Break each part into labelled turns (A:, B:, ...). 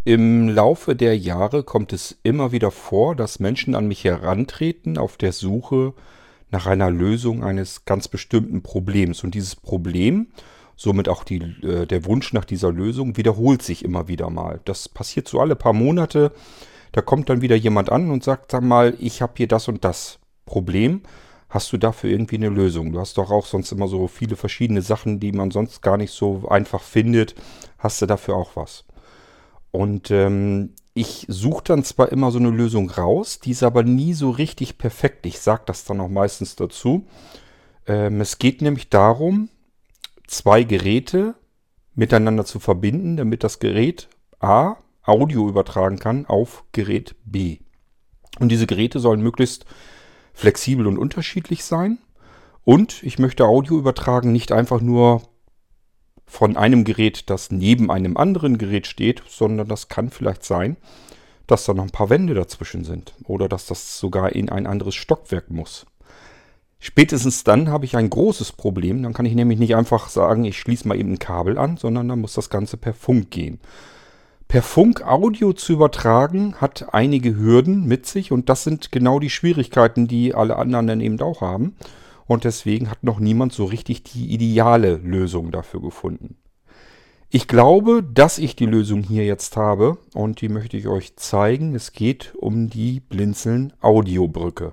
A: Im Laufe der Jahre kommt es immer wieder vor, dass Menschen an mich herantreten auf der Suche nach einer Lösung eines ganz bestimmten Problems. Und dieses Problem, somit auch der Wunsch nach dieser Lösung, wiederholt sich immer wieder mal. Das passiert so alle paar Monate. Da kommt dann wieder jemand an und sagt, sag mal, ich habe hier das und das Problem. Hast du dafür irgendwie eine Lösung? Du hast doch auch sonst immer so viele verschiedene Sachen, die man sonst gar nicht so einfach findet. Hast du dafür auch was? Und ich suche dann zwar immer so eine Lösung raus, die ist aber nie so richtig perfekt. Ich sage das dann auch meistens dazu. Es geht nämlich darum, zwei Geräte miteinander zu verbinden, damit das Gerät A Audio übertragen kann auf Gerät B. Und diese Geräte sollen möglichst flexibel und unterschiedlich sein. Und ich möchte Audio übertragen, nicht einfach nur von einem Gerät, das neben einem anderen Gerät steht, sondern das kann vielleicht sein, dass da noch ein paar Wände dazwischen sind oder dass das sogar in ein anderes Stockwerk muss. Spätestens dann habe ich ein großes Problem. Dann kann ich nämlich nicht einfach sagen, ich schließe mal eben ein Kabel an, sondern dann muss das Ganze per Funk gehen. Per Funk Audio zu übertragen hat einige Hürden mit sich und das sind genau die Schwierigkeiten, die alle anderen dann eben auch haben. Und deswegen hat noch niemand so richtig die ideale Lösung dafür gefunden. Ich glaube, dass ich die Lösung hier jetzt habe und die möchte ich euch zeigen. Es geht um die Blinzeln Audiobrücke.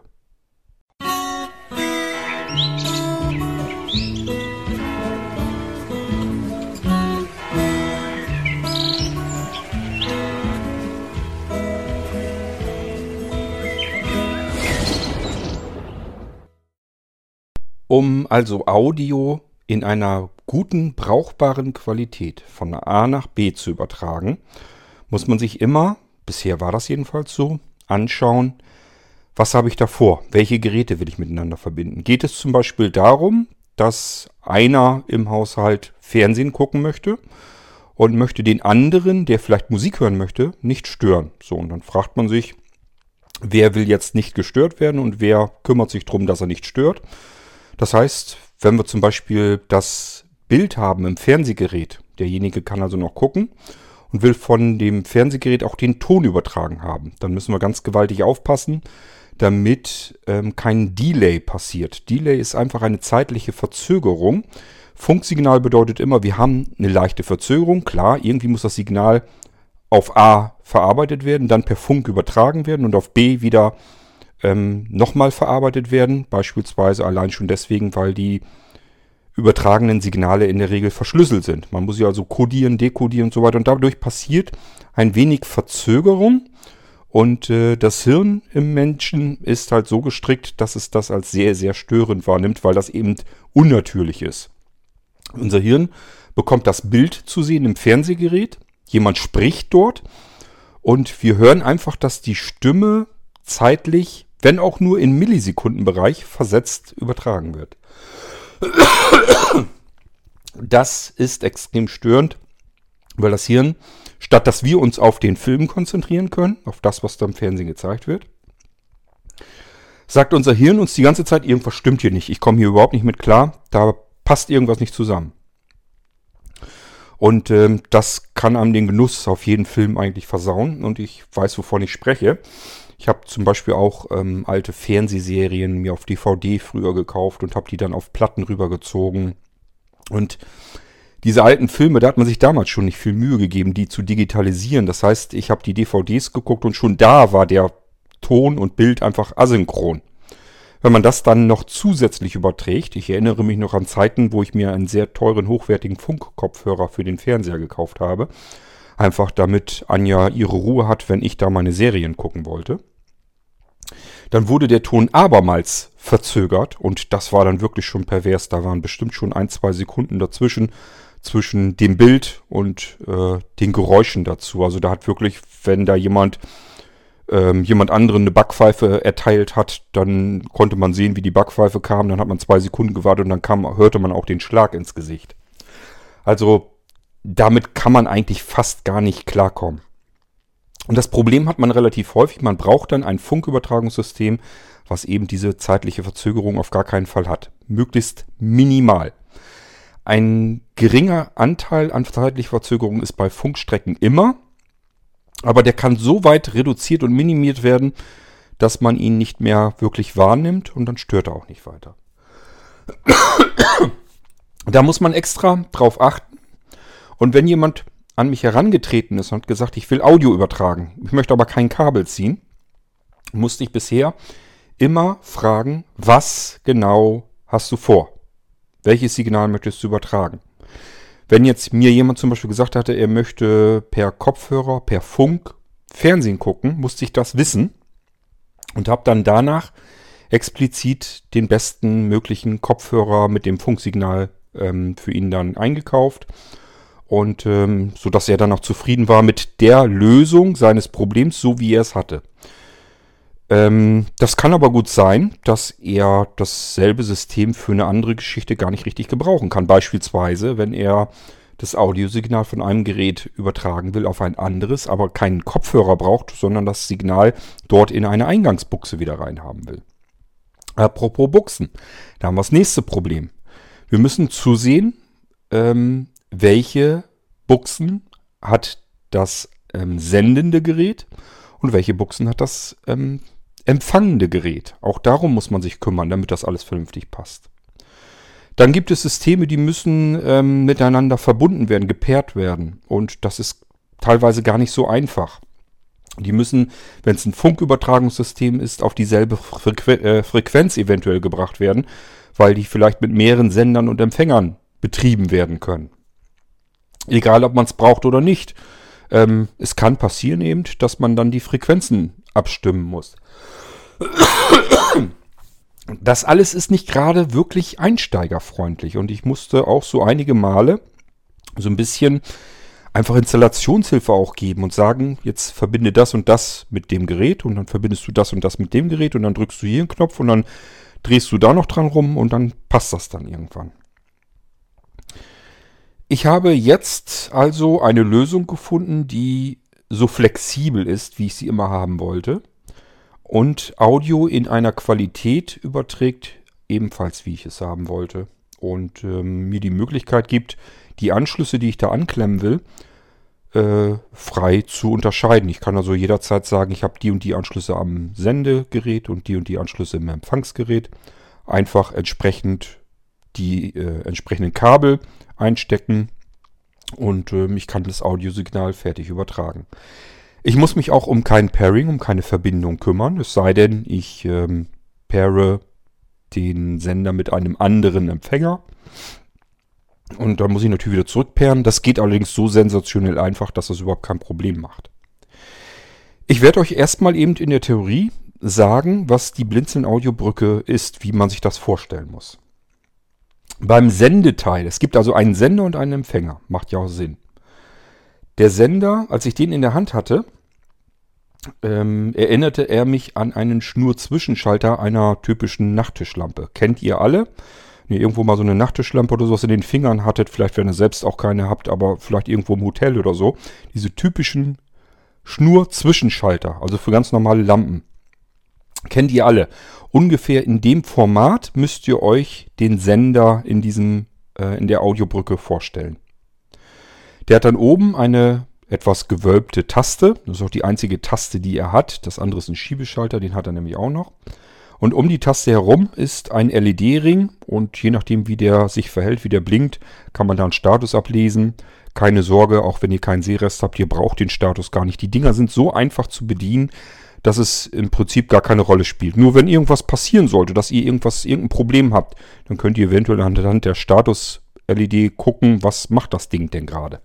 A: Um also Audio in einer guten, brauchbaren Qualität von A nach B zu übertragen, muss man sich immer, bisher war das jedenfalls so, anschauen, was habe ich davor? Welche Geräte will ich miteinander verbinden? Geht es zum Beispiel darum, dass einer im Haushalt Fernsehen gucken möchte und möchte den anderen, der vielleicht Musik hören möchte, nicht stören? So, und dann fragt man sich, wer will jetzt nicht gestört werden und wer kümmert sich darum, dass er nicht stört? Das heißt, wenn wir zum Beispiel das Bild haben im Fernsehgerät, derjenige kann also noch gucken und will von dem Fernsehgerät auch den Ton übertragen haben, dann müssen wir ganz gewaltig aufpassen, damit kein Delay passiert. Delay ist einfach eine zeitliche Verzögerung. Funksignal bedeutet immer, wir haben eine leichte Verzögerung. Klar, irgendwie muss das Signal auf A verarbeitet werden, dann per Funk übertragen werden und auf B wieder nochmal verarbeitet werden. Beispielsweise allein schon deswegen, weil die übertragenen Signale in der Regel verschlüsselt sind. Man muss sie also kodieren, dekodieren und so weiter. Und dadurch passiert ein wenig Verzögerung. Und das Hirn im Menschen ist halt so gestrickt, dass es das als sehr, sehr störend wahrnimmt, weil das eben unnatürlich ist. Unser Hirn bekommt das Bild zu sehen im Fernsehgerät. Jemand spricht dort. Und wir hören einfach, dass die Stimme zeitlich, wenn auch nur in Millisekundenbereich, versetzt übertragen wird. Das ist extrem störend, weil das Hirn, statt dass wir uns auf den Film konzentrieren können, auf das, was da im Fernsehen gezeigt wird, sagt unser Hirn uns die ganze Zeit, irgendwas stimmt hier nicht, ich komme hier überhaupt nicht mit klar, da passt irgendwas nicht zusammen. Und das kann einem den Genuss auf jeden Film eigentlich versauen und ich weiß, wovon ich spreche. Ich habe zum Beispiel auch alte Fernsehserien mir auf DVD früher gekauft und habe die dann auf Platten rübergezogen. Und diese alten Filme, da hat man sich damals schon nicht viel Mühe gegeben, die zu digitalisieren. Das heißt, ich habe die DVDs geguckt und schon da war der Ton und Bild einfach asynchron. Wenn man das dann noch zusätzlich überträgt, ich erinnere mich noch an Zeiten, wo ich mir einen sehr teuren, hochwertigen Funkkopfhörer für den Fernseher gekauft habe. Einfach damit Anja ihre Ruhe hat, wenn ich da meine Serien gucken wollte. Dann wurde der Ton abermals verzögert und das war dann wirklich schon pervers. Da waren bestimmt schon 1-2 Sekunden dazwischen, zwischen dem Bild und den Geräuschen dazu. Also da hat wirklich, wenn da jemand anderen eine Backpfeife erteilt hat, dann konnte man sehen, wie die Backpfeife kam. Dann hat man 2 Sekunden gewartet und dann hörte man auch den Schlag ins Gesicht. Also damit kann man eigentlich fast gar nicht klarkommen. Und das Problem hat man relativ häufig. Man braucht dann ein Funkübertragungssystem, was eben diese zeitliche Verzögerung auf gar keinen Fall hat. Möglichst minimal. Ein geringer Anteil an zeitlicher Verzögerung ist bei Funkstrecken immer. Aber der kann so weit reduziert und minimiert werden, dass man ihn nicht mehr wirklich wahrnimmt und dann stört er auch nicht weiter. Da muss man extra drauf achten. Und wenn jemand an mich herangetreten ist und hat gesagt, ich will Audio übertragen, ich möchte aber kein Kabel ziehen, musste ich bisher immer fragen, was genau hast du vor? Welches Signal möchtest du übertragen? Wenn jetzt mir jemand zum Beispiel gesagt hatte, er möchte per Kopfhörer, per Funk Fernsehen gucken, musste ich das wissen und habe dann danach explizit den besten möglichen Kopfhörer mit dem Funksignal für ihn dann eingekauft. Und so dass er dann auch zufrieden war mit der Lösung seines Problems, so wie er es hatte. Das kann aber gut sein, dass er dasselbe System für eine andere Geschichte gar nicht richtig gebrauchen kann. Beispielsweise, wenn er das Audiosignal von einem Gerät übertragen will auf ein anderes, aber keinen Kopfhörer braucht, sondern das Signal dort in eine Eingangsbuchse wieder reinhaben will. Apropos Buchsen, da haben wir das nächste Problem. Wir müssen zusehen, welche Buchsen hat das sendende Gerät und welche Buchsen hat das empfangende Gerät. Auch darum muss man sich kümmern, damit das alles vernünftig passt. Dann gibt es Systeme, die müssen miteinander verbunden werden, gepaart werden. Und das ist teilweise gar nicht so einfach. Die müssen, wenn es ein Funkübertragungssystem ist, auf dieselbe Frequenz eventuell gebracht werden, weil die vielleicht mit mehreren Sendern und Empfängern betrieben werden können. Egal, ob man es braucht oder nicht. Es kann passieren eben, dass man dann die Frequenzen abstimmen muss. Das alles ist nicht gerade wirklich einsteigerfreundlich und ich musste auch so einige Male so ein bisschen einfach Installationshilfe auch geben und sagen, jetzt verbinde das und das mit dem Gerät und dann verbindest du das und das mit dem Gerät und dann drückst du hier einen Knopf und dann drehst du da noch dran rum und dann passt das dann irgendwann. Ich habe jetzt also eine Lösung gefunden, die so flexibel ist, wie ich sie immer haben wollte. Und Audio in einer Qualität überträgt, ebenfalls wie ich es haben wollte. Und mir die Möglichkeit gibt, die Anschlüsse, die ich da anklemmen will, frei zu unterscheiden. Ich kann also jederzeit sagen, ich habe die und die Anschlüsse am Sendegerät und die Anschlüsse im Empfangsgerät. Einfach entsprechend die entsprechenden Kabel einstecken und ich kann das Audiosignal fertig übertragen. Ich muss mich auch um kein Pairing, um keine Verbindung kümmern, es sei denn, ich paire den Sender mit einem anderen Empfänger und dann muss ich natürlich wieder zurückpairen. Das geht allerdings so sensationell einfach, dass das überhaupt kein Problem macht. Ich werde euch erstmal eben in der Theorie sagen, was die Blinzeln-Audiobrücke ist, wie man sich das vorstellen muss. Beim Sendeteil, es gibt also einen Sender und einen Empfänger, macht ja auch Sinn. Der Sender, als ich den in der Hand hatte, erinnerte er mich an einen Schnur-Zwischenschalter einer typischen Nachttischlampe. Kennt ihr alle? Wenn ihr irgendwo mal so eine Nachttischlampe oder sowas in den Fingern hattet, vielleicht wenn ihr selbst auch keine habt, aber vielleicht irgendwo im Hotel oder so, diese typischen Schnur-Zwischenschalter, also für ganz normale Lampen. Kennt ihr alle. Ungefähr in dem Format müsst ihr euch den Sender in der Audiobrücke vorstellen. Der hat dann oben eine etwas gewölbte Taste. Das ist auch die einzige Taste, die er hat. Das andere ist ein Schiebeschalter, den hat er nämlich auch noch. Und um die Taste herum ist ein LED-Ring und je nachdem, wie der sich verhält, wie der blinkt, kann man da einen Status ablesen. Keine Sorge, auch wenn ihr keinen Sehrest habt, ihr braucht den Status gar nicht. Die Dinger sind so einfach zu bedienen, dass es im Prinzip gar keine Rolle spielt. Nur wenn irgendwas passieren sollte, dass ihr irgendein Problem habt, dann könnt ihr eventuell anhand der Status-LED gucken, was macht das Ding denn gerade.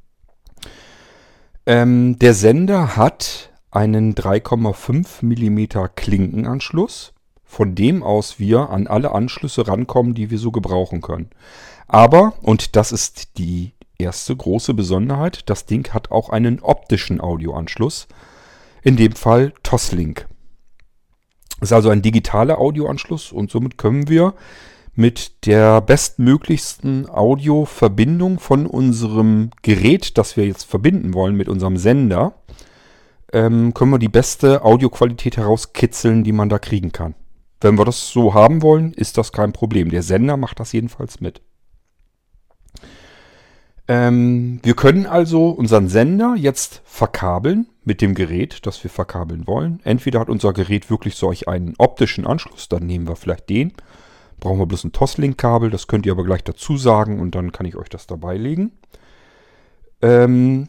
A: Der Sender hat einen 3,5 mm Klinkenanschluss, von dem aus wir an alle Anschlüsse rankommen, die wir so gebrauchen können. Aber, und das ist die erste große Besonderheit, das Ding hat auch einen optischen Audioanschluss. In dem Fall Toslink. Das ist also ein digitaler Audioanschluss und somit können wir mit der bestmöglichsten Audioverbindung von unserem Gerät, das wir jetzt verbinden wollen mit unserem Sender, können wir die beste Audioqualität herauskitzeln, die man da kriegen kann. Wenn wir das so haben wollen, ist das kein Problem. Der Sender macht das jedenfalls mit. Wir können also unseren Sender jetzt verkabeln mit dem Gerät, das wir verkabeln wollen. Entweder hat unser Gerät wirklich solch einen optischen Anschluss, dann nehmen wir vielleicht den. Brauchen wir bloß ein Toslink-Kabel, das könnt ihr aber gleich dazu sagen und dann kann ich euch das dabei legen. Dann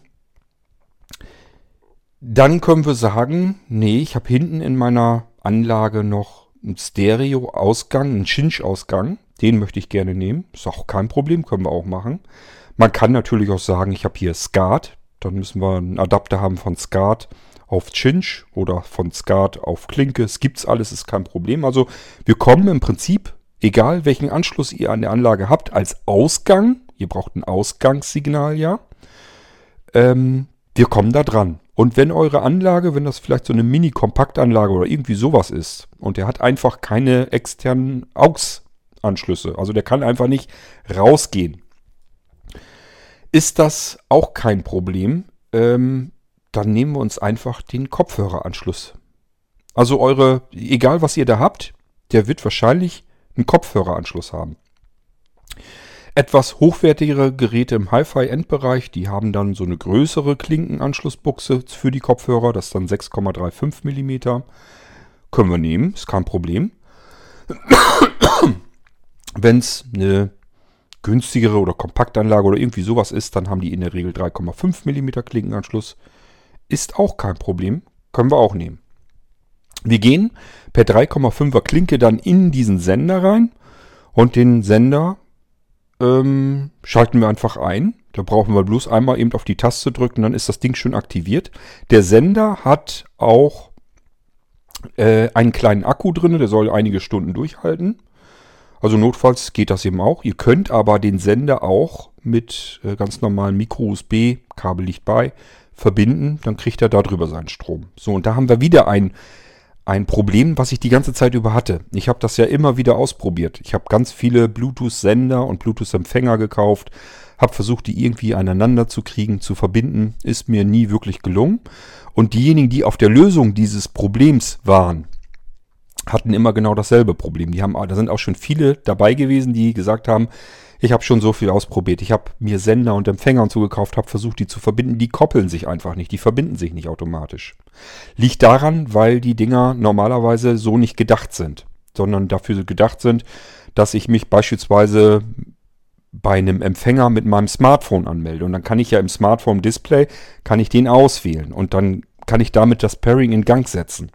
A: können wir sagen, nee, ich habe hinten in meiner Anlage noch einen Stereo-Ausgang, einen Cinch-Ausgang. Den möchte ich gerne nehmen. Ist auch kein Problem, können wir auch machen. Man kann natürlich auch sagen, ich habe hier SCART. Dann müssen wir einen Adapter haben von SCART auf Cinch oder von SCART auf Klinke. Es gibt's alles, ist kein Problem. Also wir kommen im Prinzip, egal welchen Anschluss ihr an der Anlage habt, als Ausgang. Ihr braucht ein Ausgangssignal, ja. Wir kommen da dran. Und wenn eure Anlage, wenn das vielleicht so eine Mini-Kompaktanlage oder irgendwie sowas ist und der hat einfach keine externen AUX-Anschlüsse, also der kann einfach nicht rausgehen, ist das auch kein Problem. Dann nehmen wir uns einfach den Kopfhöreranschluss. Also egal was ihr da habt, der wird wahrscheinlich einen Kopfhöreranschluss haben. Etwas hochwertigere Geräte im Hi-Fi-Endbereich, die haben dann so eine größere Klinkenanschlussbuchse für die Kopfhörer. Das ist dann 6,35 mm. Können wir nehmen, ist kein Problem. Wenn es eine günstigere oder Kompaktanlage oder irgendwie sowas ist, dann haben die in der Regel 3,5 mm Klinkenanschluss. Ist auch kein Problem, können wir auch nehmen. Wir gehen per 3,5er Klinke dann in diesen Sender rein und den Sender schalten wir einfach ein. Da brauchen wir bloß einmal eben auf die Taste drücken, dann ist das Ding schon aktiviert. Der Sender hat auch einen kleinen Akku drin, der soll einige Stunden durchhalten. Also notfalls geht das eben auch. Ihr könnt aber den Sender auch mit ganz normalen Micro-USB, Kabel liegt bei, verbinden. Dann kriegt er darüber seinen Strom. So, und da haben wir wieder ein Problem, was ich die ganze Zeit über hatte. Ich habe das ja immer wieder ausprobiert. Ich habe ganz viele Bluetooth-Sender und Bluetooth-Empfänger gekauft, habe versucht, die irgendwie aneinander zu kriegen, zu verbinden. Ist mir nie wirklich gelungen. Und diejenigen, die auf der Lösung dieses Problems waren, hatten immer genau dasselbe Problem. Da sind auch schon viele dabei gewesen, die gesagt haben, ich habe schon so viel ausprobiert. Ich habe mir Sender und Empfänger und so gekauft, habe versucht, die zu verbinden. Die koppeln sich einfach nicht. Die verbinden sich nicht automatisch. Liegt daran, weil die Dinger normalerweise so nicht gedacht sind, sondern dafür gedacht sind, dass ich mich beispielsweise bei einem Empfänger mit meinem Smartphone anmelde. Und dann kann ich ja im Smartphone-Display, kann ich den auswählen. Und dann kann ich damit das Pairing in Gang setzen.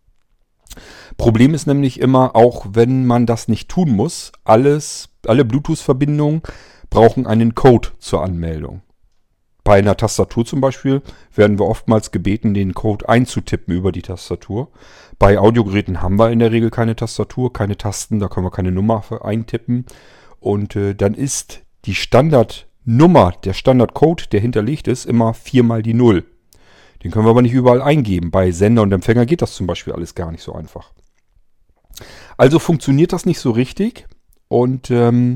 A: Problem ist nämlich immer, auch wenn man das nicht tun muss, alle Bluetooth-Verbindungen brauchen einen Code zur Anmeldung. Bei einer Tastatur zum Beispiel werden wir oftmals gebeten, den Code einzutippen über die Tastatur. Bei Audiogeräten haben wir in der Regel keine Tastatur, keine Tasten, da können wir keine Nummer eintippen. Und dann ist die Standardnummer, der Standardcode, der hinterlegt ist, immer 4 mal die 0. Den können wir aber nicht überall eingeben. Bei Sender und Empfänger geht das zum Beispiel alles gar nicht so einfach. Also funktioniert das nicht so richtig und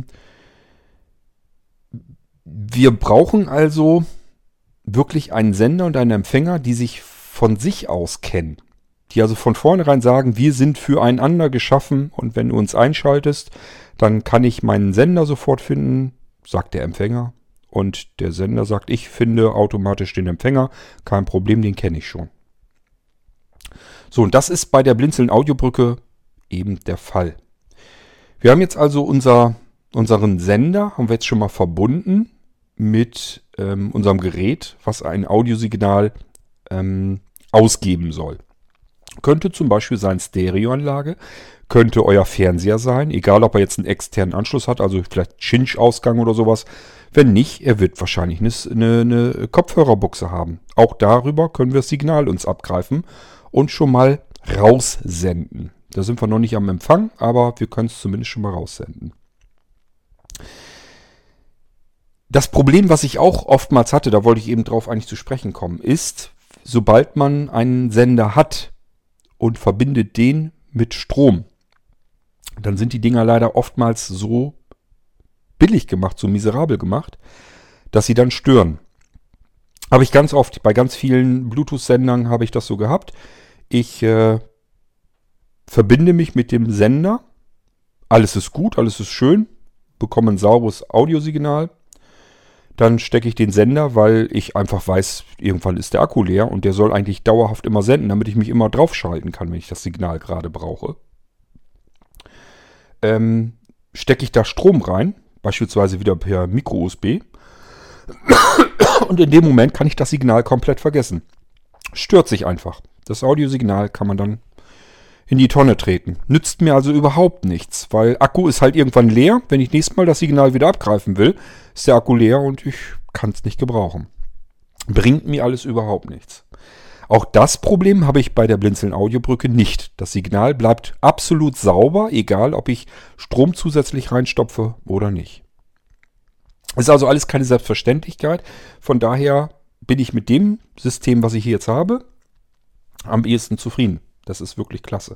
A: wir brauchen also wirklich einen Sender und einen Empfänger, die sich von sich aus kennen. Die also von vornherein sagen, wir sind füreinander geschaffen und wenn du uns einschaltest, dann kann ich meinen Sender sofort finden, sagt der Empfänger. Und der Sender sagt, ich finde automatisch den Empfänger. Kein Problem, den kenne ich schon. So, und das ist bei der Blinzeln Audiobrücke eben der Fall. Wir haben jetzt also unseren Sender, haben wir jetzt schon mal verbunden mit unserem Gerät, was ein Audiosignal ausgeben soll. Könnte zum Beispiel sein Stereoanlage, könnte euer Fernseher sein, egal ob er jetzt einen externen Anschluss hat, also vielleicht Cinch-Ausgang oder sowas. Wenn nicht, er wird wahrscheinlich eine Kopfhörerbuchse haben. Auch darüber können wir das Signal uns abgreifen und schon mal raussenden. Da sind wir noch nicht am Empfang, aber wir können es zumindest schon mal raussenden. Das Problem, was ich auch oftmals hatte, da wollte ich eben drauf eigentlich zu sprechen kommen, ist, sobald man einen Sender hat und verbindet den mit Strom, dann sind die Dinger leider oftmals so billig gemacht, so miserabel gemacht, dass sie dann stören. Habe ich ganz oft, bei ganz vielen Bluetooth-Sendern habe ich das so gehabt. Ich verbinde mich mit dem Sender, alles ist gut, alles ist schön, bekomme ein sauberes Audiosignal. Dann stecke ich den Sender, weil ich einfach weiß, irgendwann ist der Akku leer und der soll eigentlich dauerhaft immer senden, damit ich mich immer draufschalten kann, wenn ich das Signal gerade brauche. Stecke ich da Strom rein, beispielsweise wieder per Micro-USB. Und in dem Moment kann ich das Signal komplett vergessen. Stört sich einfach. Das Audiosignal kann man dann in die Tonne treten. Nützt mir also überhaupt nichts, weil Akku ist halt irgendwann leer. Wenn ich nächstes Mal das Signal wieder abgreifen will, ist der Akku leer und ich kann es nicht gebrauchen. Bringt mir alles überhaupt nichts. Auch das Problem habe ich bei der Blinzeln-Audiobrücke nicht. Das Signal bleibt absolut sauber, egal ob ich Strom zusätzlich reinstopfe oder nicht. Ist also alles keine Selbstverständlichkeit. Von daher bin ich mit dem System, was ich hier jetzt habe, am ehesten zufrieden. Das ist wirklich klasse.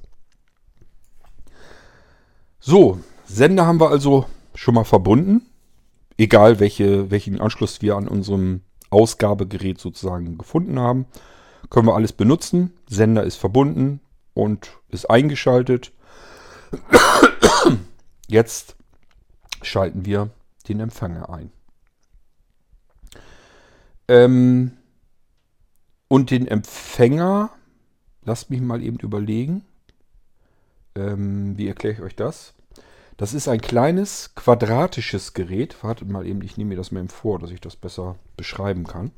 A: So, Sender haben wir also schon mal verbunden. Egal welchen Anschluss wir an unserem Ausgabegerät sozusagen gefunden haben, können wir alles benutzen. Sender ist verbunden und ist eingeschaltet. Jetzt schalten wir den Empfänger ein. Und den Empfänger, lasst mich mal eben überlegen. Wie erkläre ich euch das? Das ist ein kleines quadratisches Gerät. Wartet mal eben, ich nehme mir das mal eben vor, dass ich das besser beschreiben kann.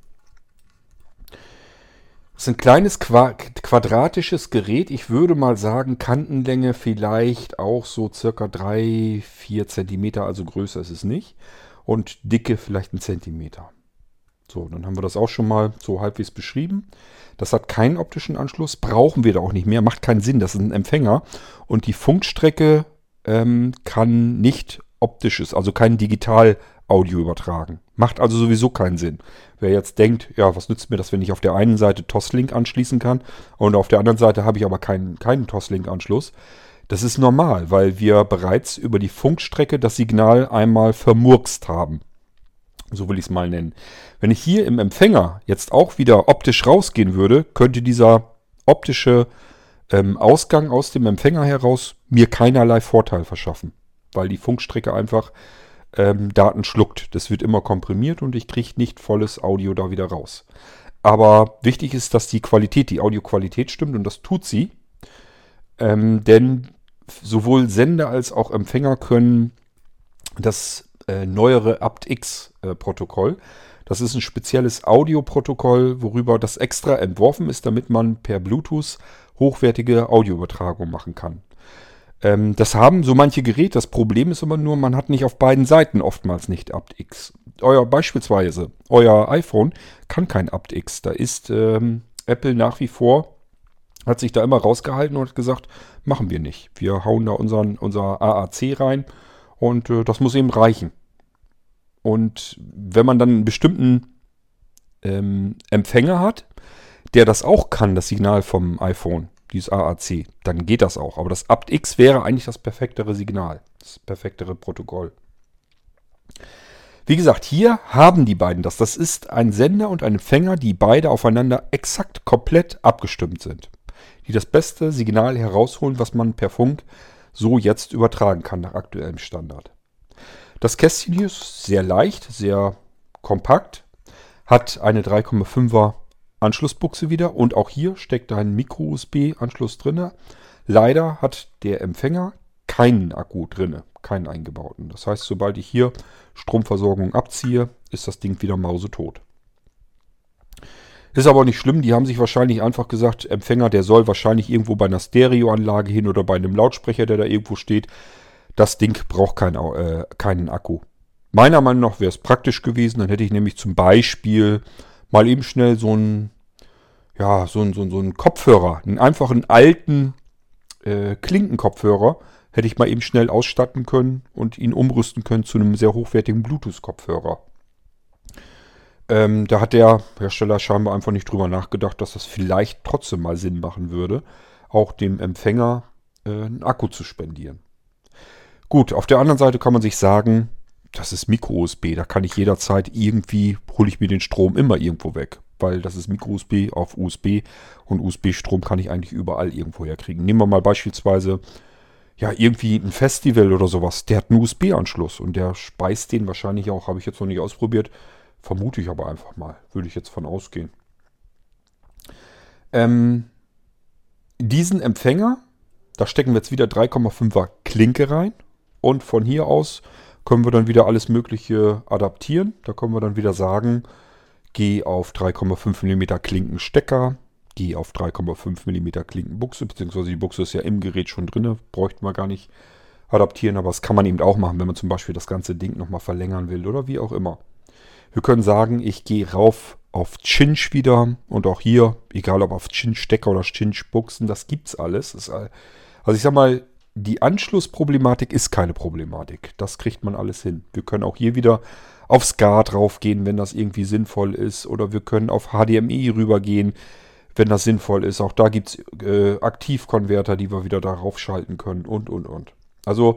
A: Es ist ein kleines quadratisches Gerät. Ich würde mal sagen, Kantenlänge vielleicht auch so circa 3-4 Zentimeter, also größer ist es nicht. Und Dicke vielleicht 1 Zentimeter. So, dann haben wir das auch schon mal so halbwegs beschrieben. Das hat keinen optischen Anschluss, brauchen wir da auch nicht mehr, macht keinen Sinn, das ist ein Empfänger. Und die Funkstrecke kann nicht optisches, also kein Digital-Audio übertragen. Macht also sowieso keinen Sinn. Wer jetzt denkt, ja, was nützt mir das, wenn ich auf der einen Seite Toslink anschließen kann und auf der anderen Seite habe ich aber keinen Toslink-Anschluss. Das ist normal, weil wir bereits über die Funkstrecke das Signal einmal vermurkst haben. So will ich es mal nennen. Wenn ich hier im Empfänger jetzt auch wieder optisch rausgehen würde, könnte dieser optische Ausgang aus dem Empfänger heraus mir keinerlei Vorteil verschaffen, weil die Funkstrecke einfach Daten schluckt. Das wird immer komprimiert und ich kriege nicht volles Audio da wieder raus. Aber wichtig ist, dass die Audioqualität stimmt und das tut sie. Denn sowohl Sender als auch Empfänger können das neuere aptX-Protokoll. Das ist ein spezielles Audioprotokoll, worüber das extra entworfen ist, damit man per Bluetooth hochwertige Audioübertragung machen kann. Das haben so manche Geräte. Das Problem ist immer nur, man hat nicht auf beiden Seiten oftmals nicht aptX. Beispielsweise euer iPhone kann kein aptX. Da ist Apple nach wie vor, hat sich da immer rausgehalten und hat gesagt, machen wir nicht. Wir hauen da unser AAC rein und das muss eben reichen. Und wenn man dann einen bestimmten Empfänger hat, der das auch kann, das Signal vom iPhone, dieses AAC, dann geht das auch. Aber das aptX wäre eigentlich das perfektere Signal, das perfektere Protokoll. Wie gesagt, hier haben die beiden das. Das ist ein Sender und ein Empfänger, die beide aufeinander exakt komplett abgestimmt sind. Die das beste Signal herausholen, was man per Funk so jetzt übertragen kann nach aktuellem Standard. Das Kästchen hier ist sehr leicht, sehr kompakt, hat eine 3,5er Anschlussbuchse wieder und auch hier steckt ein Micro-USB-Anschluss drin. Leider hat der Empfänger keinen Akku drin, keinen eingebauten. Das heißt, sobald ich hier Stromversorgung abziehe, ist das Ding wieder mausetot. Ist aber nicht schlimm, die haben sich wahrscheinlich einfach gesagt, Empfänger, der soll wahrscheinlich irgendwo bei einer Stereoanlage hin oder bei einem Lautsprecher, der da irgendwo steht. Das Ding braucht keinen Akku. Meiner Meinung nach wäre es praktisch gewesen, dann hätte ich nämlich zum Beispiel mal eben schnell so einen Kopfhörer, einen einfachen alten Klinkenkopfhörer, hätte ich mal eben schnell ausstatten können und ihn umrüsten können zu einem sehr hochwertigen Bluetooth-Kopfhörer. Da hat der Hersteller scheinbar einfach nicht drüber nachgedacht, dass das vielleicht trotzdem mal Sinn machen würde, auch dem Empfänger einen Akku zu spendieren. Gut, auf der anderen Seite kann man sich sagen, das ist Micro-USB, da kann ich jederzeit hole ich mir den Strom immer irgendwo weg, weil das ist Micro-USB auf USB und USB-Strom kann ich eigentlich überall irgendwo herkriegen. Nehmen wir mal beispielsweise irgendwie ein Festival oder sowas, der hat einen USB-Anschluss und der speist den wahrscheinlich auch, habe ich jetzt noch nicht ausprobiert, Vermute ich aber einfach mal. Würde ich jetzt von ausgehen. Diesen Empfänger, da stecken wir jetzt wieder 3,5er Klinke rein. Und von hier aus können wir dann wieder alles Mögliche adaptieren. Da können wir dann wieder sagen, geh auf 3,5 mm Klinkenstecker, geh auf 3,5 mm Klinkenbuchse, beziehungsweise die Buchse ist ja im Gerät schon drin, bräuchte man gar nicht adaptieren, aber das kann man eben auch machen, wenn man zum Beispiel das ganze Ding nochmal verlängern will oder wie auch immer. Wir können sagen, ich gehe rauf auf Cinch wieder und auch hier, egal ob auf Cinch-Stecker oder Cinch-Buchsen, das gibt's alles. Also ich sag mal, die Anschlussproblematik ist keine Problematik. Das kriegt man alles hin. Wir können auch hier wieder auf SCART raufgehen, wenn das irgendwie sinnvoll ist. Oder wir können auf HDMI rübergehen, wenn das sinnvoll ist. Auch da gibt es Aktivkonverter, die wir wieder darauf schalten können und. Also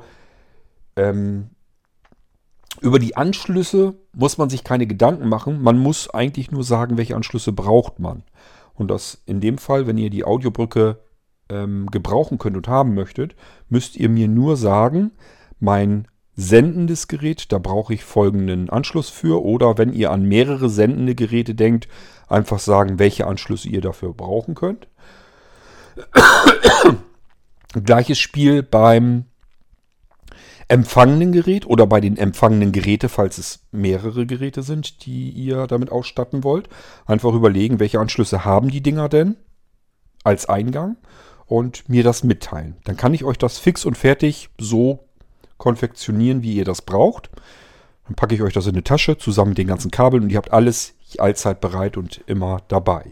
A: über die Anschlüsse muss man sich keine Gedanken machen. Man muss eigentlich nur sagen, welche Anschlüsse braucht man. Und das in dem Fall, wenn ihr die Audiobrücke gebrauchen könnt und haben möchtet, müsst ihr mir nur sagen, mein sendendes Gerät, da brauche ich folgenden Anschluss für. Oder wenn ihr an mehrere sendende Geräte denkt, einfach sagen, welche Anschlüsse ihr dafür brauchen könnt. Gleiches Spiel beim empfangenen Gerät oder bei den empfangenen Geräten, falls es mehrere Geräte sind, die ihr damit ausstatten wollt. Einfach überlegen, welche Anschlüsse haben die Dinger denn als Eingang und mir das mitteilen. Dann kann ich euch das fix und fertig so konfektionieren, wie ihr das braucht. Dann packe ich euch das in eine Tasche zusammen mit den ganzen Kabeln und ihr habt alles allzeit bereit und immer dabei.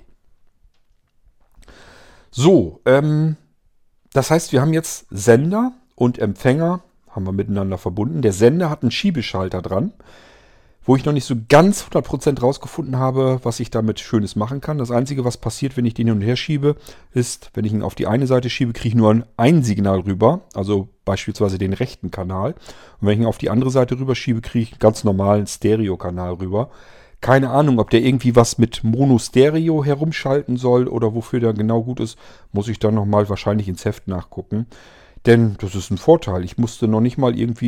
A: So, das heißt, wir haben jetzt Sender und Empfänger haben wir miteinander verbunden. Der Sender hat einen Schiebeschalter dran, wo ich noch nicht so ganz 100% rausgefunden habe, was ich damit Schönes machen kann. Das Einzige, was passiert, wenn ich den hin und her schiebe, ist, wenn ich ihn auf die eine Seite schiebe, kriege ich nur ein Signal rüber, also beispielsweise den rechten Kanal. Und wenn ich ihn auf die andere Seite rüber schiebe, kriege ich einen ganz normalen Stereo-Kanal rüber. Keine Ahnung, ob der irgendwie was mit Mono-Stereo herumschalten soll oder wofür der genau gut ist, muss ich dann nochmal wahrscheinlich ins Heft nachgucken. Denn das ist ein Vorteil. Ich musste noch nicht mal irgendwie in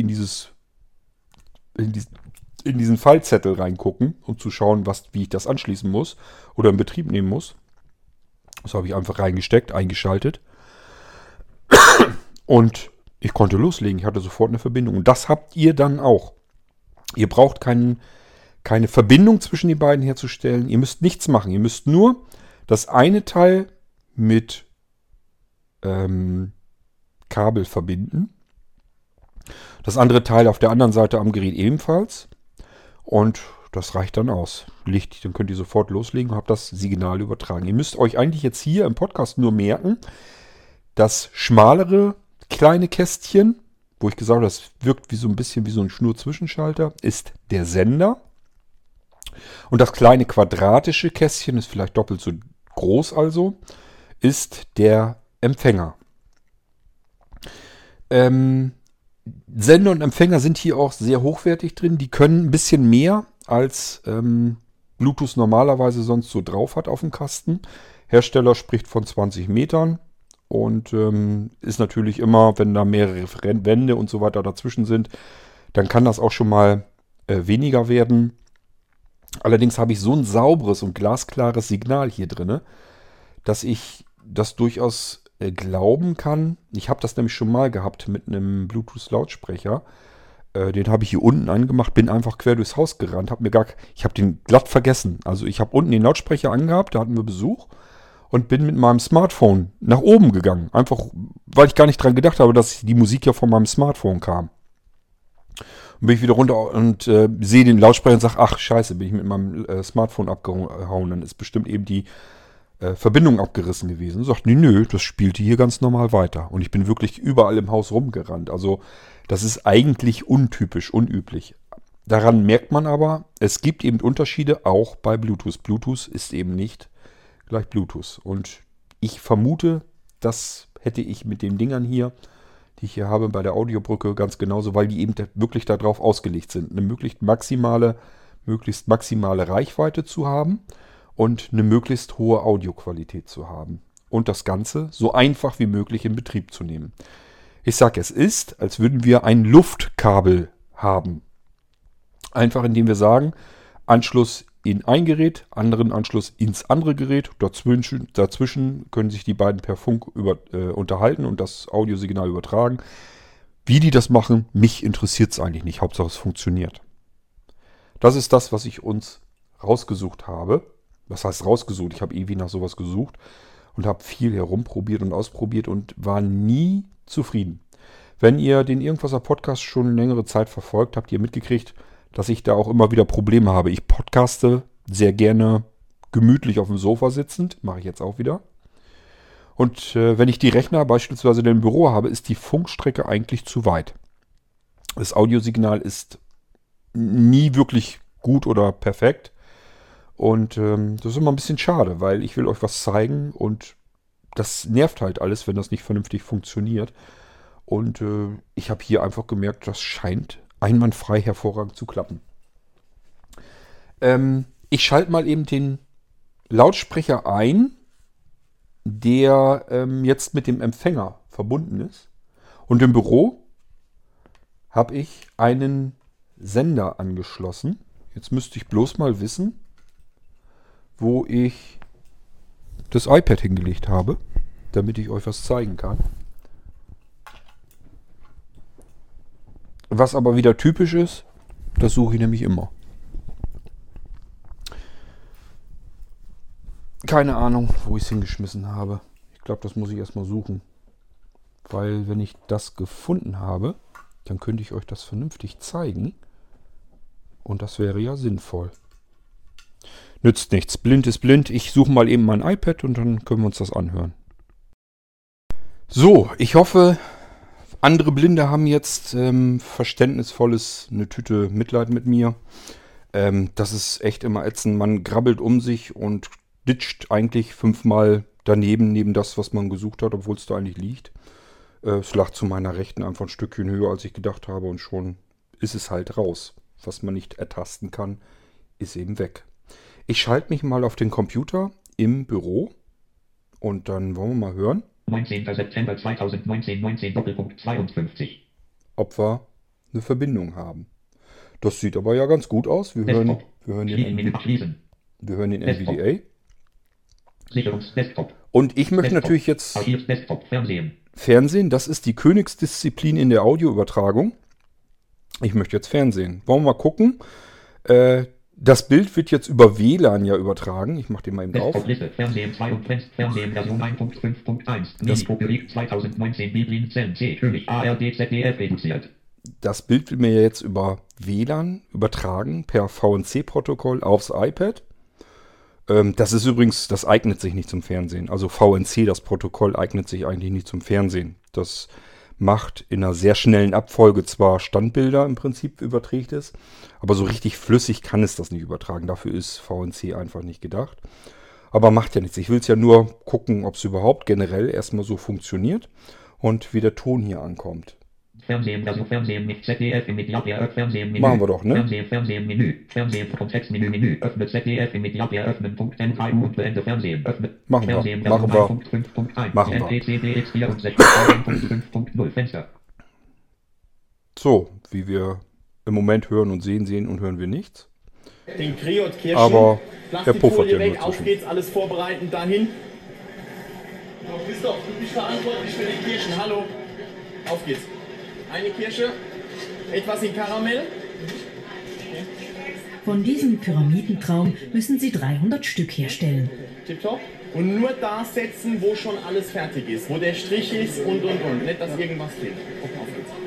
A: diesen Fallzettel reingucken, um zu schauen, wie ich das anschließen muss oder in Betrieb nehmen muss. Das habe ich einfach reingesteckt, eingeschaltet. Und ich konnte loslegen. Ich hatte sofort eine Verbindung. Und das habt ihr dann auch. Ihr braucht keine Verbindung zwischen den beiden herzustellen. Ihr müsst nichts machen. Ihr müsst nur das eine Teil mit Kabel verbinden. Das andere Teil auf der anderen Seite am Gerät ebenfalls. Und das reicht dann aus. Dann könnt ihr sofort loslegen und habt das Signal übertragen. Ihr müsst euch eigentlich jetzt hier im Podcast nur merken, das schmalere kleine Kästchen, wo ich gesagt habe, das wirkt wie so ein bisschen wie so ein Schnur-Zwischenschalter, ist der Sender. Und das kleine quadratische Kästchen, ist vielleicht doppelt so groß also, ist der Empfänger. Sender und Empfänger sind hier auch sehr hochwertig drin. Die können ein bisschen mehr als Bluetooth normalerweise sonst so drauf hat auf dem Kasten. Hersteller spricht von 20 Metern und ist natürlich immer, wenn da mehrere Wände und so weiter dazwischen sind, dann kann das auch schon mal weniger werden. Allerdings habe ich so ein sauberes und glasklares Signal hier drin, dass ich das durchaus glauben kann. Ich habe das nämlich schon mal gehabt mit einem Bluetooth-Lautsprecher. Den habe ich hier unten angemacht, bin einfach quer durchs Haus gerannt. Ich habe den glatt vergessen. Also ich habe unten den Lautsprecher angehabt, da hatten wir Besuch und bin mit meinem Smartphone nach oben gegangen. Einfach, weil ich gar nicht dran gedacht habe, dass die Musik ja von meinem Smartphone kam. Und bin ich wieder runter und sehe den Lautsprecher und sage, ach scheiße, bin ich mit meinem Smartphone abgehauen. Dann ist bestimmt eben die Verbindung abgerissen gewesen. Und sagt, nö, das spielte hier ganz normal weiter. Und ich bin wirklich überall im Haus rumgerannt. Also das ist eigentlich untypisch, unüblich. Daran merkt man aber, es gibt eben Unterschiede auch bei Bluetooth. Bluetooth ist eben nicht gleich Bluetooth. Und ich vermute, das hätte ich mit den Dingern hier, die ich hier habe bei der Audiobrücke, ganz genauso, weil die eben wirklich darauf ausgelegt sind, eine möglichst maximale Reichweite zu haben und eine möglichst hohe Audioqualität zu haben. Und das Ganze so einfach wie möglich in Betrieb zu nehmen. Ich sage, es ist, als würden wir ein Luftkabel haben. Einfach indem wir sagen, Anschluss in ein Gerät, anderen Anschluss ins andere Gerät. Dazwischen können sich die beiden per Funk unterhalten und das Audiosignal übertragen. Wie die das machen, mich interessiert es eigentlich nicht. Hauptsache es funktioniert. Das ist das, was ich uns rausgesucht habe. Was heißt rausgesucht? Ich habe ewig nach sowas gesucht und habe viel herumprobiert und ausprobiert und war nie zufrieden. Wenn ihr den Irgendwasser Podcast schon längere Zeit verfolgt, habt ihr mitgekriegt, dass ich da auch immer wieder Probleme habe. Ich podcaste sehr gerne gemütlich auf dem Sofa sitzend. Mache ich jetzt auch wieder. Und wenn ich die Rechner beispielsweise im Büro habe, ist die Funkstrecke eigentlich zu weit. Das Audiosignal ist nie wirklich gut oder perfekt. Und das ist immer ein bisschen schade, weil ich will euch was zeigen und das nervt halt alles, wenn das nicht vernünftig funktioniert. Und ich habe hier einfach gemerkt, das scheint einwandfrei hervorragend zu klappen. Ich schalte mal eben den Lautsprecher ein, der jetzt mit dem Empfänger verbunden ist. Und im Büro habe ich einen Sender angeschlossen. Jetzt müsste ich bloß mal wissen, wo ich das iPad hingelegt habe, damit ich euch was zeigen kann. Was aber wieder typisch ist, das suche ich nämlich immer. Keine Ahnung, wo ich es hingeschmissen habe. Ich glaube, das muss ich erstmal suchen. Weil wenn ich das gefunden habe, dann könnte ich euch das vernünftig zeigen. Und das wäre ja sinnvoll. Nützt nichts. Blind ist blind. Ich suche mal eben mein iPad und dann können wir uns das anhören. So, ich hoffe, andere Blinde haben jetzt verständnisvolles eine Tüte Mitleid mit mir. Das ist echt immer ätzend. Man grabbelt um sich und ditcht eigentlich 5-mal daneben, neben das, was man gesucht hat, obwohl es da eigentlich liegt. Es lag zu meiner Rechten einfach ein Stückchen höher, als ich gedacht habe und schon ist es halt raus. Was man nicht ertasten kann, ist eben weg. Ich schalte mich mal auf den Computer im Büro und dann wollen wir mal hören.
B: 19. September 2019, 19:52.
A: Ob wir eine Verbindung haben. Das sieht aber ja ganz gut aus. Wir hören den NVDA.
B: Sicherungsdesktop.
A: Und ich möchte natürlich jetzt Fernsehen. Das ist die Königsdisziplin in der Audioübertragung. Ich möchte jetzt Fernsehen. Wollen wir mal gucken. Das Bild wird jetzt über WLAN ja übertragen. Ich mache den mal eben drauf.
B: Fernsehen 2 und Fernsehen Version 1.5.1. Mini-Populär 2019 Biblin Zellen C. König ARD ZDF reduziert.
A: Das Bild wird mir ja jetzt über WLAN übertragen per VNC-Protokoll aufs iPad. Das ist übrigens, das eignet sich nicht zum Fernsehen. Also VNC, das Protokoll, eignet sich eigentlich nicht zum Fernsehen. Das macht in einer sehr schnellen Abfolge zwar Standbilder im Prinzip, überträgt es, aber so richtig flüssig kann es das nicht übertragen. Dafür ist VNC einfach nicht gedacht. Aber macht ja nichts. Ich will es ja nur gucken, ob es überhaupt generell erstmal so funktioniert und wie der Ton hier ankommt.
B: Fernsehen, also Fernsehen mit ZDF im Mediaplayer, Fernsehen Menü.
A: Machen wir doch, ne?
B: Fernsehen Menü. Fernsehen Kontextmenü Menü. Öffne ZDF im Mediaplayer, öffnen .NKU und beende Fernsehen. Öffne.
A: Machen wir. Machen wir.
B: NPCDX 64.5.0 Fenster.
A: So, wie wir im Moment hören und sehen und hören wir nichts.
C: Den Kriot-Kirschen.
A: Aber der puffert ja
C: weg,
A: nur
C: auf
A: zwischen.
C: geht's, alles vorbereiten, dahin. So, Christoph, du bist verantwortlich für die Kirschen, hallo. Auf geht's. Eine Kirsche, etwas in Karamell.
D: Von diesem Pyramidentraum müssen sie 300 Stück herstellen.
C: Tipptopp. Und nur da setzen, wo schon alles fertig ist, wo der Strich ist und. Nicht, dass irgendwas fehlt. Okay, auf geht's.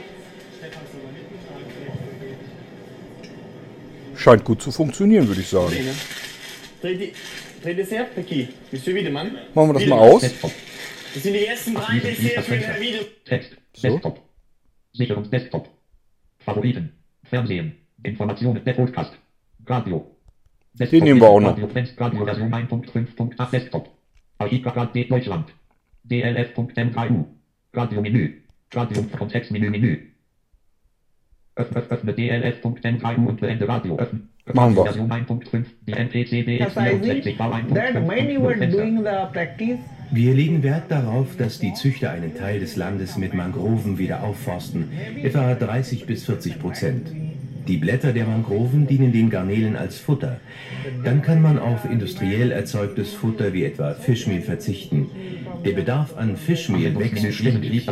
A: Scheint gut zu funktionieren, würde ich sagen.
C: Dreh das her, Peki. Bist du wieder, Mann?
A: Machen wir das mal aus.
C: Das sind die ersten 3 PCs für der Video.
B: Text.
A: So.
B: Desktop. Sicherungsdesktop. Favoriten. Fernsehen. Informationen. Der Podcast. Radio.
A: Den nehmen wir auch noch.
B: Radio Version 1.5.8 Desktop. Archivgrad Deutschland. DLF.mku. Radio-Menü. Radio Kontextmenü Menü. Öffne DLF.mku und beende Radio. Öffnen.
A: Machen wir.
B: Version 1.5. Die NPCDX
E: That when you were doing the practice,
F: Wir legen Wert darauf, dass die Züchter einen Teil des Landes mit Mangroven wieder aufforsten, etwa 30 bis 40%. Die Blätter der Mangroven dienen den Garnelen als Futter. Dann kann man auf industriell erzeugtes Futter wie etwa Fischmehl verzichten. Der Bedarf an Fischmehl wächst ständig.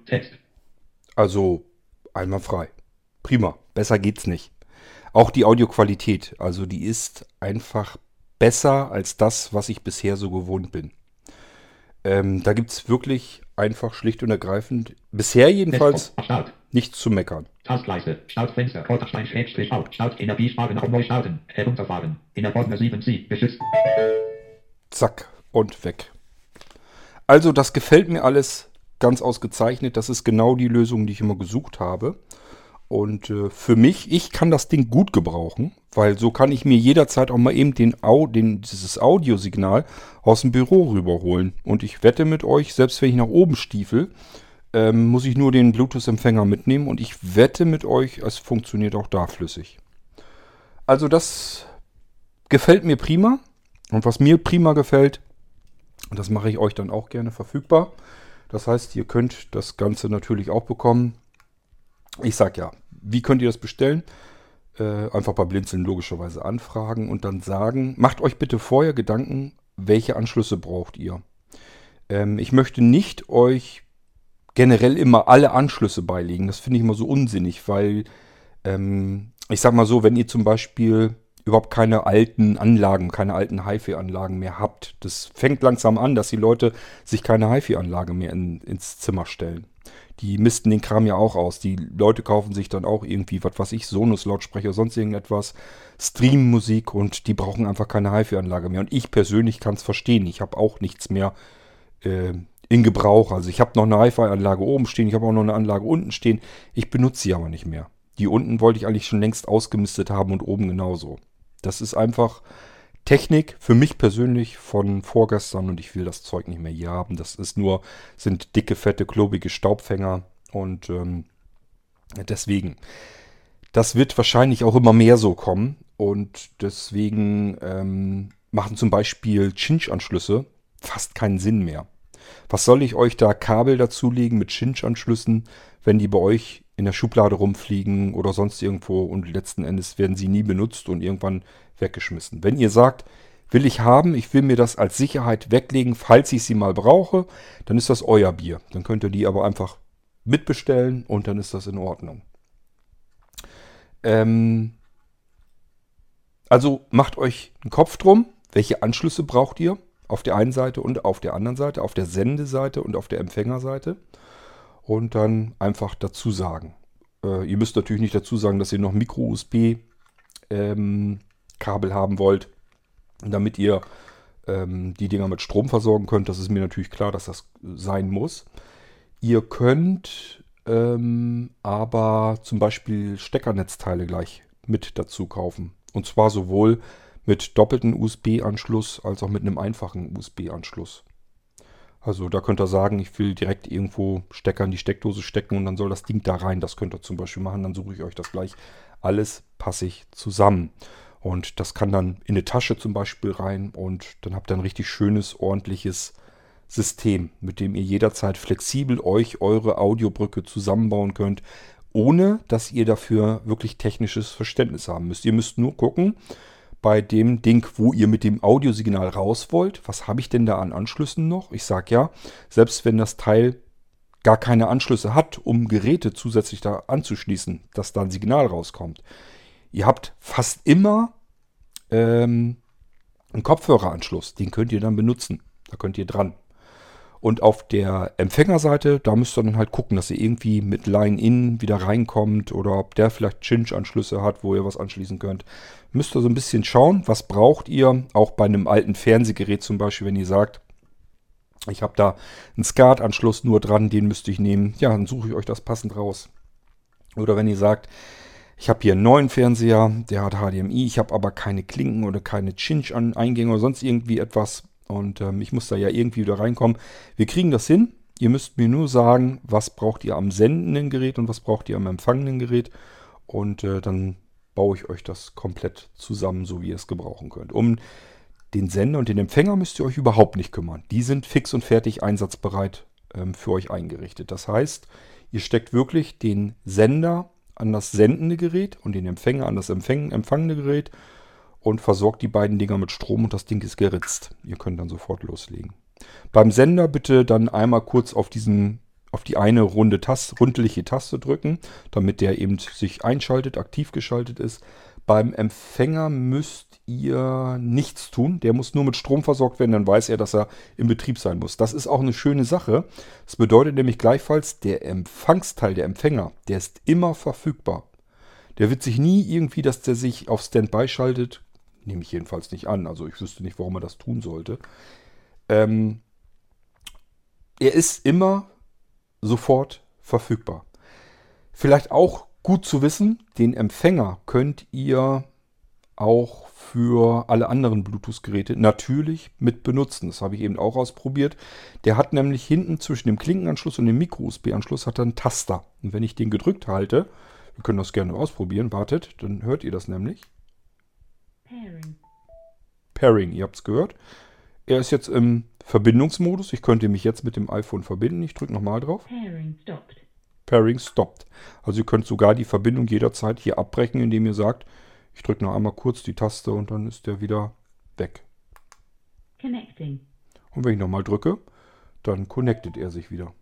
A: Also einwandfrei. Prima, besser geht's nicht. Auch die Audioqualität, also die ist einfach besser als das, was ich bisher so gewohnt bin. Da gibt's wirklich einfach schlicht und ergreifend, bisher jedenfalls, nichts zu meckern.
B: Taskleiste, Startfenster, Vorderstein, Schrägstrich, Out, Start, Energiesparen, auf Neu starten, herunterfahren, in der Ordner 7C, geschützt.
A: Zack und weg. Also das gefällt mir alles ganz ausgezeichnet. Das ist genau die Lösung, die ich immer gesucht habe. Und für mich, ich kann das Ding gut gebrauchen, weil so kann ich mir jederzeit auch mal eben dieses Audiosignal aus dem Büro rüberholen. Und ich wette mit euch, selbst wenn ich nach oben stiefel, muss ich nur den Bluetooth-Empfänger mitnehmen. Und ich wette mit euch, es funktioniert auch da flüssig. Also das gefällt mir prima. Und was mir prima gefällt, das mache ich euch dann auch gerne verfügbar. Das heißt, ihr könnt das Ganze natürlich auch bekommen. Ich sag ja, wie könnt ihr das bestellen? Einfach bei Blinzeln logischerweise anfragen und dann sagen, macht euch bitte vorher Gedanken, welche Anschlüsse braucht ihr. Ich möchte nicht euch generell immer alle Anschlüsse beilegen. Das finde ich immer so unsinnig, weil ich sag mal so, wenn ihr zum Beispiel überhaupt keine alten Anlagen, keine alten HiFi-Anlagen mehr habt, das fängt langsam an, dass die Leute sich keine HiFi-Anlage mehr ins Zimmer stellen. Die misten den Kram ja auch aus. Die Leute kaufen sich dann auch irgendwie, was weiß ich, Sonos-Lautsprecher, sonst irgendetwas, Stream-Musik und die brauchen einfach keine HiFi-Anlage mehr. Und ich persönlich kann es verstehen. Ich habe auch nichts mehr in Gebrauch. Also ich habe noch eine HiFi-Anlage oben stehen, ich habe auch noch eine Anlage unten stehen. Ich benutze sie aber nicht mehr. Die unten wollte ich eigentlich schon längst ausgemistet haben und oben genauso. Das ist einfach Technik für mich persönlich von vorgestern und ich will das Zeug nicht mehr hier haben. Sind dicke, fette, klobige Staubfänger und deswegen. Das wird wahrscheinlich auch immer mehr so kommen und deswegen machen zum Beispiel Cinch-Anschlüsse fast keinen Sinn mehr. Was soll ich euch da Kabel dazulegen mit Cinch-Anschlüssen, wenn die bei euch in der Schublade rumfliegen oder sonst irgendwo und letzten Endes werden sie nie benutzt und irgendwann weggeschmissen. Wenn ihr sagt, will ich haben, ich will mir das als Sicherheit weglegen, falls ich sie mal brauche, dann ist das euer Bier. Dann könnt ihr die aber einfach mitbestellen und dann ist das in Ordnung. Also macht euch einen Kopf drum, welche Anschlüsse braucht ihr auf der einen Seite und auf der anderen Seite, auf der Sendeseite und auf der Empfängerseite. Und dann einfach dazu sagen. Ihr müsst natürlich nicht dazu sagen, dass ihr noch Micro-USB-Kabel haben wollt, damit ihr die Dinger mit Strom versorgen könnt. Das ist mir natürlich klar, dass das sein muss. Ihr könnt aber zum Beispiel Steckernetzteile gleich mit dazu kaufen. Und zwar sowohl mit doppelten USB-Anschluss als auch mit einem einfachen USB-Anschluss. Also da könnt ihr sagen, ich will direkt irgendwo Stecker in die Steckdose stecken und dann soll das Ding da rein. Das könnt ihr zum Beispiel machen, dann suche ich euch das gleich alles passig zusammen. Und das kann dann in eine Tasche zum Beispiel rein und dann habt ihr ein richtig schönes, ordentliches System, mit dem ihr jederzeit flexibel euch eure Audiobrücke zusammenbauen könnt, ohne dass ihr dafür wirklich technisches Verständnis haben müsst. Ihr müsst nur gucken, bei dem Ding, wo ihr mit dem Audiosignal raus wollt, was habe ich denn da an Anschlüssen noch? Ich sage ja, selbst wenn das Teil gar keine Anschlüsse hat, um Geräte zusätzlich da anzuschließen, dass da ein Signal rauskommt. Ihr habt fast immer einen Kopfhöreranschluss, den könnt ihr dann benutzen. Da könnt ihr dran. Und auf der Empfängerseite, da müsst ihr dann halt gucken, dass ihr irgendwie mit Line-In wieder reinkommt oder ob der vielleicht Cinch-Anschlüsse hat, wo ihr was anschließen könnt. Müsst ihr so ein bisschen schauen, was braucht ihr, auch bei einem alten Fernsehgerät zum Beispiel, wenn ihr sagt, ich habe da einen SCART-Anschluss nur dran, den müsste ich nehmen, ja, dann suche ich euch das passend raus. Oder wenn ihr sagt, ich habe hier einen neuen Fernseher, der hat HDMI, ich habe aber keine Klinken oder keine Cinch-Eingänge oder sonst irgendwie etwas. Und ich muss da ja irgendwie wieder reinkommen. Wir kriegen das hin. Ihr müsst mir nur sagen, was braucht ihr am sendenden Gerät und was braucht ihr am empfangenden Gerät. Und dann baue ich euch das komplett zusammen, so wie ihr es gebrauchen könnt. Um den Sender und den Empfänger müsst ihr euch überhaupt nicht kümmern. Die sind fix und fertig einsatzbereit für euch eingerichtet. Das heißt, ihr steckt wirklich den Sender an das sendende Gerät und den Empfänger an das empfangende Gerät und versorgt die beiden Dinger mit Strom und das Ding ist geritzt. Ihr könnt dann sofort loslegen. Beim Sender bitte dann einmal kurz auf die eine rundliche Taste drücken, damit der eben sich einschaltet, aktiv geschaltet ist. Beim Empfänger müsst ihr nichts tun. Der muss nur mit Strom versorgt werden, dann weiß er, dass er im Betrieb sein muss. Das ist auch eine schöne Sache. Das bedeutet nämlich gleichfalls, der Empfangsteil, der Empfänger, der ist immer verfügbar. Der wird sich nie irgendwie, dass der sich auf Standby schaltet. Nehme ich jedenfalls nicht an. Also ich wüsste nicht, warum er das tun sollte. Er ist immer sofort verfügbar. Vielleicht auch gut zu wissen, den Empfänger könnt ihr auch für alle anderen Bluetooth-Geräte natürlich mit benutzen. Das habe ich eben auch ausprobiert. Der hat nämlich hinten zwischen dem Klinkenanschluss und dem Micro-USB-Anschluss hat er einen Taster. Und wenn ich den gedrückt halte, wir können das gerne ausprobieren, wartet, dann hört ihr das nämlich. Pairing, ihr habt es gehört. Er ist jetzt im Verbindungsmodus. Ich könnte mich jetzt mit dem iPhone verbinden. Ich drücke nochmal drauf. Pairing stopped. Also ihr könnt sogar die Verbindung jederzeit hier abbrechen, indem ihr sagt, ich drücke noch einmal kurz die Taste und dann ist der wieder weg.
D: Connecting.
A: Und wenn ich nochmal drücke, dann connectet er sich wieder.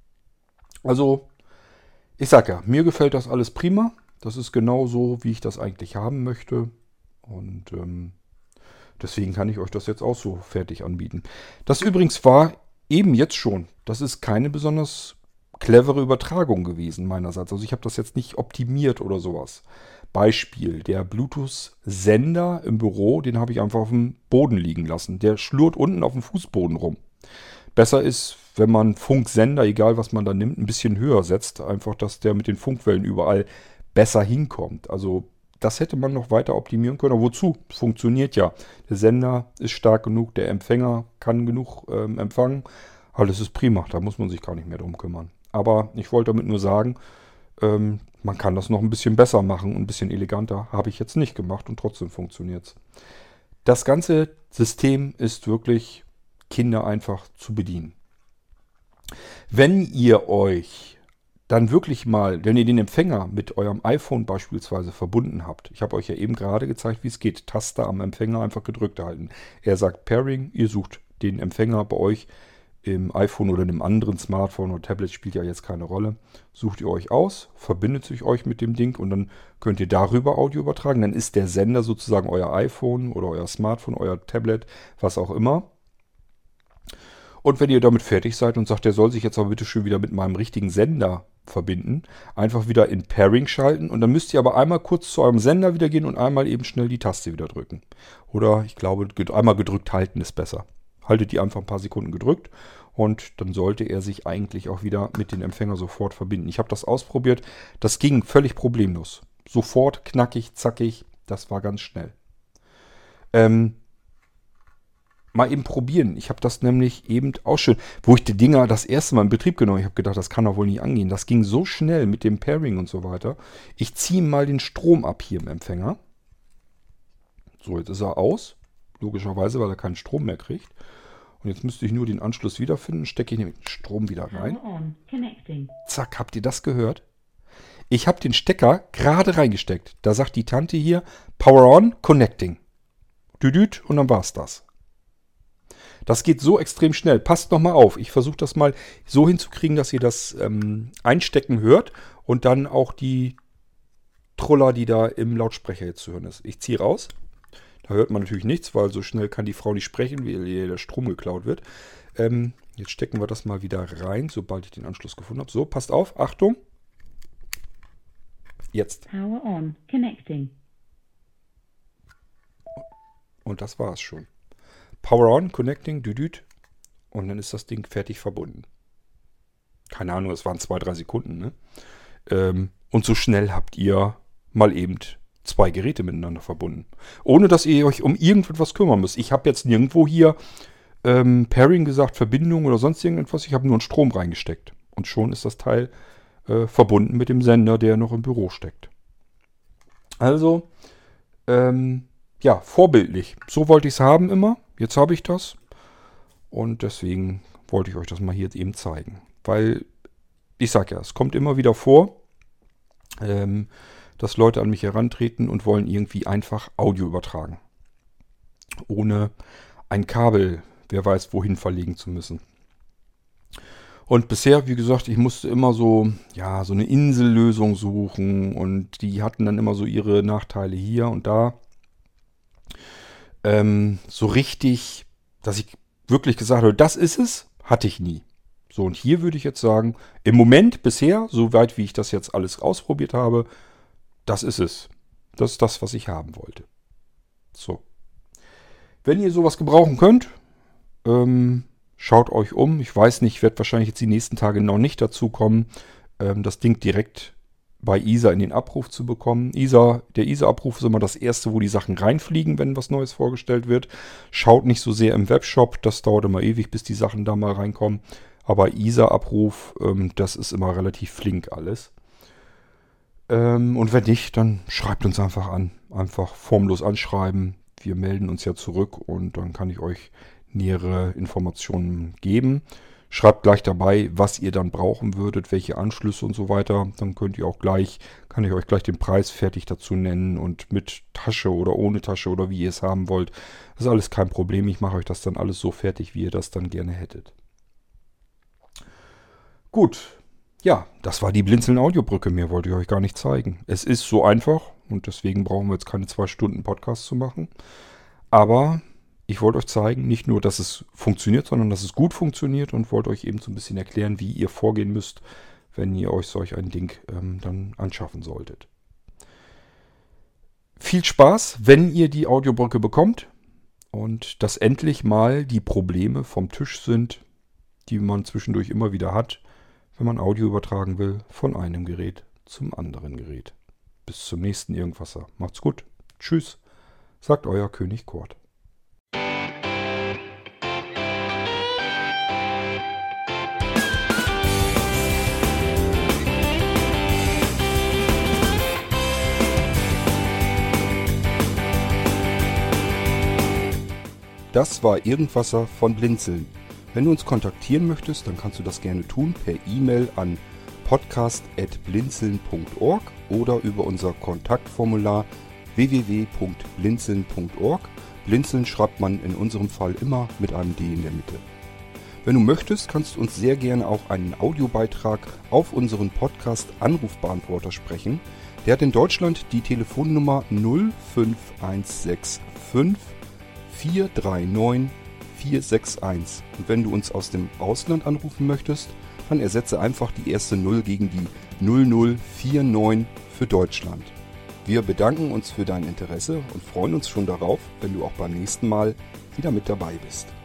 A: Also, ich sag ja, mir gefällt das alles prima. Das ist genau so, wie ich das eigentlich haben möchte. Und deswegen kann ich euch das jetzt auch so fertig anbieten. Das übrigens war eben jetzt schon. Das ist keine besonders clevere Übertragung gewesen meinerseits. Also ich habe das jetzt nicht optimiert oder sowas. Beispiel, der Bluetooth-Sender im Büro, den habe ich einfach auf dem Boden liegen lassen. Der schlurrt unten auf dem Fußboden rum. Besser ist, wenn man Funksender, egal was man da nimmt, ein bisschen höher setzt. Einfach, dass der mit den Funkwellen überall besser hinkommt. Also das hätte man noch weiter optimieren können. Aber wozu? Funktioniert ja. Der Sender ist stark genug, der Empfänger kann genug empfangen. Alles ist prima, da muss man sich gar nicht mehr drum kümmern. Aber ich wollte damit nur sagen, man kann das noch ein bisschen besser machen und ein bisschen eleganter. Habe ich jetzt nicht gemacht und trotzdem funktioniert es. Das ganze System ist wirklich kindereinfach zu bedienen. Wenn ihr euch dann wirklich mal, wenn ihr den Empfänger mit eurem iPhone beispielsweise verbunden habt, ich habe euch ja eben gerade gezeigt, wie es geht, Taste am Empfänger einfach gedrückt halten. Er sagt Pairing, ihr sucht den Empfänger bei euch im iPhone oder in einem anderen Smartphone oder Tablet, spielt ja jetzt keine Rolle. Sucht ihr euch aus, verbindet sich euch mit dem Ding und dann könnt ihr darüber Audio übertragen. Dann ist der Sender sozusagen euer iPhone oder euer Smartphone, euer Tablet, was auch immer. Und wenn ihr damit fertig seid und sagt, der soll sich jetzt aber bitte schön wieder mit meinem richtigen Sender verbinden, einfach wieder in Pairing schalten und dann müsst ihr aber einmal kurz zu eurem Sender wieder gehen und einmal eben schnell die Taste wieder drücken. Oder ich glaube, einmal gedrückt halten ist besser. Haltet die einfach ein paar Sekunden gedrückt und dann sollte er sich eigentlich auch wieder mit dem Empfänger sofort verbinden. Ich habe das ausprobiert, das ging völlig problemlos. Sofort, knackig, zackig, das war ganz schnell. Mal eben probieren. Ich habe das nämlich eben auch schon, wo ich die Dinger das erste Mal in Betrieb genommen habe, ich habe gedacht, das kann doch wohl nicht angehen. Das ging so schnell mit dem Pairing und so weiter. Ich ziehe mal den Strom ab hier im Empfänger. So, jetzt ist er aus. Logischerweise, weil er keinen Strom mehr kriegt. Und jetzt müsste ich nur den Anschluss wiederfinden. Stecke ich den Strom wieder rein. Zack, habt ihr das gehört? Ich habe den Stecker gerade reingesteckt. Da sagt die Tante hier, Power on, Connecting. Düdüt und dann war's das. Das geht so extrem schnell. Passt nochmal auf. Ich versuche das mal so hinzukriegen, dass ihr das Einstecken hört und dann auch die Truller, die da im Lautsprecher jetzt zu hören ist. Ich ziehe raus. Da hört man natürlich nichts, weil so schnell kann die Frau nicht sprechen, weil ihr der Strom geklaut wird. Jetzt stecken wir das mal wieder rein, sobald ich den Anschluss gefunden habe. So, passt auf. Achtung. Jetzt.
D: Power on. Connecting.
A: Und das war's schon. Power on, Connecting, düdüt. Und dann ist das Ding fertig verbunden. Keine Ahnung, das waren 2-3 Sekunden. Ne? Und so schnell habt ihr mal eben 2 Geräte miteinander verbunden. Ohne, dass ihr euch um irgendetwas kümmern müsst. Ich habe jetzt nirgendwo hier Pairing gesagt, Verbindung oder sonst irgendetwas. Ich habe nur einen Strom reingesteckt. Und schon ist das Teil verbunden mit dem Sender, der noch im Büro steckt. Also, ja, vorbildlich. So wollte ich es haben immer. Jetzt habe ich das. Und deswegen wollte ich euch das mal hier jetzt eben zeigen. Weil, ich sage ja, es kommt immer wieder vor, dass Leute an mich herantreten und wollen irgendwie einfach Audio übertragen. Ohne ein Kabel, wer weiß wohin verlegen zu müssen. Und bisher, wie gesagt, ich musste immer so eine Insellösung suchen und die hatten dann immer so ihre Nachteile hier und da. So richtig, dass ich wirklich gesagt habe, das ist es, hatte ich nie. So, und hier würde ich jetzt sagen, im Moment bisher, soweit wie ich das jetzt alles ausprobiert habe, das ist es. Das ist das, was ich haben wollte. So. Wenn ihr sowas gebrauchen könnt, schaut euch um. Ich weiß nicht, ich werde wahrscheinlich jetzt die nächsten Tage noch nicht dazu kommen, das Ding direkt bei ISA in den Abruf zu bekommen. Der ISA-Abruf ist immer das erste, wo die Sachen reinfliegen, wenn was Neues vorgestellt wird. Schaut nicht so sehr im Webshop, das dauert immer ewig, bis die Sachen da mal reinkommen. Aber ISA-Abruf, das ist immer relativ flink alles. Und wenn nicht, dann schreibt uns einfach an. Einfach formlos anschreiben. Wir melden uns ja zurück und dann kann ich euch nähere Informationen geben. Schreibt gleich dabei, was ihr dann brauchen würdet, welche Anschlüsse und so weiter. Dann kann ich euch gleich den Preis fertig dazu nennen und mit Tasche oder ohne Tasche oder wie ihr es haben wollt. Das ist alles kein Problem. Ich mache euch das dann alles so fertig, wie ihr das dann gerne hättet. Gut, ja, das war die Blinzeln-Audiobrücke. Mehr wollte ich euch gar nicht zeigen. Es ist so einfach und deswegen brauchen wir jetzt keine 2 Stunden Podcast zu machen. Aber ich wollte euch zeigen, nicht nur, dass es funktioniert, sondern dass es gut funktioniert und wollte euch eben so ein bisschen erklären, wie ihr vorgehen müsst, wenn ihr euch solch ein Ding dann anschaffen solltet. Viel Spaß, wenn ihr die Audiobrücke bekommt und dass endlich mal die Probleme vom Tisch sind, die man zwischendurch immer wieder hat, wenn man Audio übertragen will von einem Gerät zum anderen Gerät. Bis zum nächsten Irgendwasser. Macht's gut. Tschüss, sagt euer König Kurt. Das war Irgendwasser von Blinzeln. Wenn du uns kontaktieren möchtest, dann kannst du das gerne tun per E-Mail an podcast@blinzeln.org oder über unser Kontaktformular www.blinzeln.org. Blinzeln schreibt man in unserem Fall immer mit einem D in der Mitte. Wenn du möchtest, kannst du uns sehr gerne auch einen Audiobeitrag auf unseren Podcast-Anrufbeantworter sprechen. Der hat in Deutschland die Telefonnummer 05165 439 461. Und wenn du uns aus dem Ausland anrufen möchtest, dann ersetze einfach die erste 0 gegen die 0049 für Deutschland. Wir bedanken uns für dein Interesse und freuen uns schon darauf, wenn du auch beim nächsten Mal wieder mit dabei bist.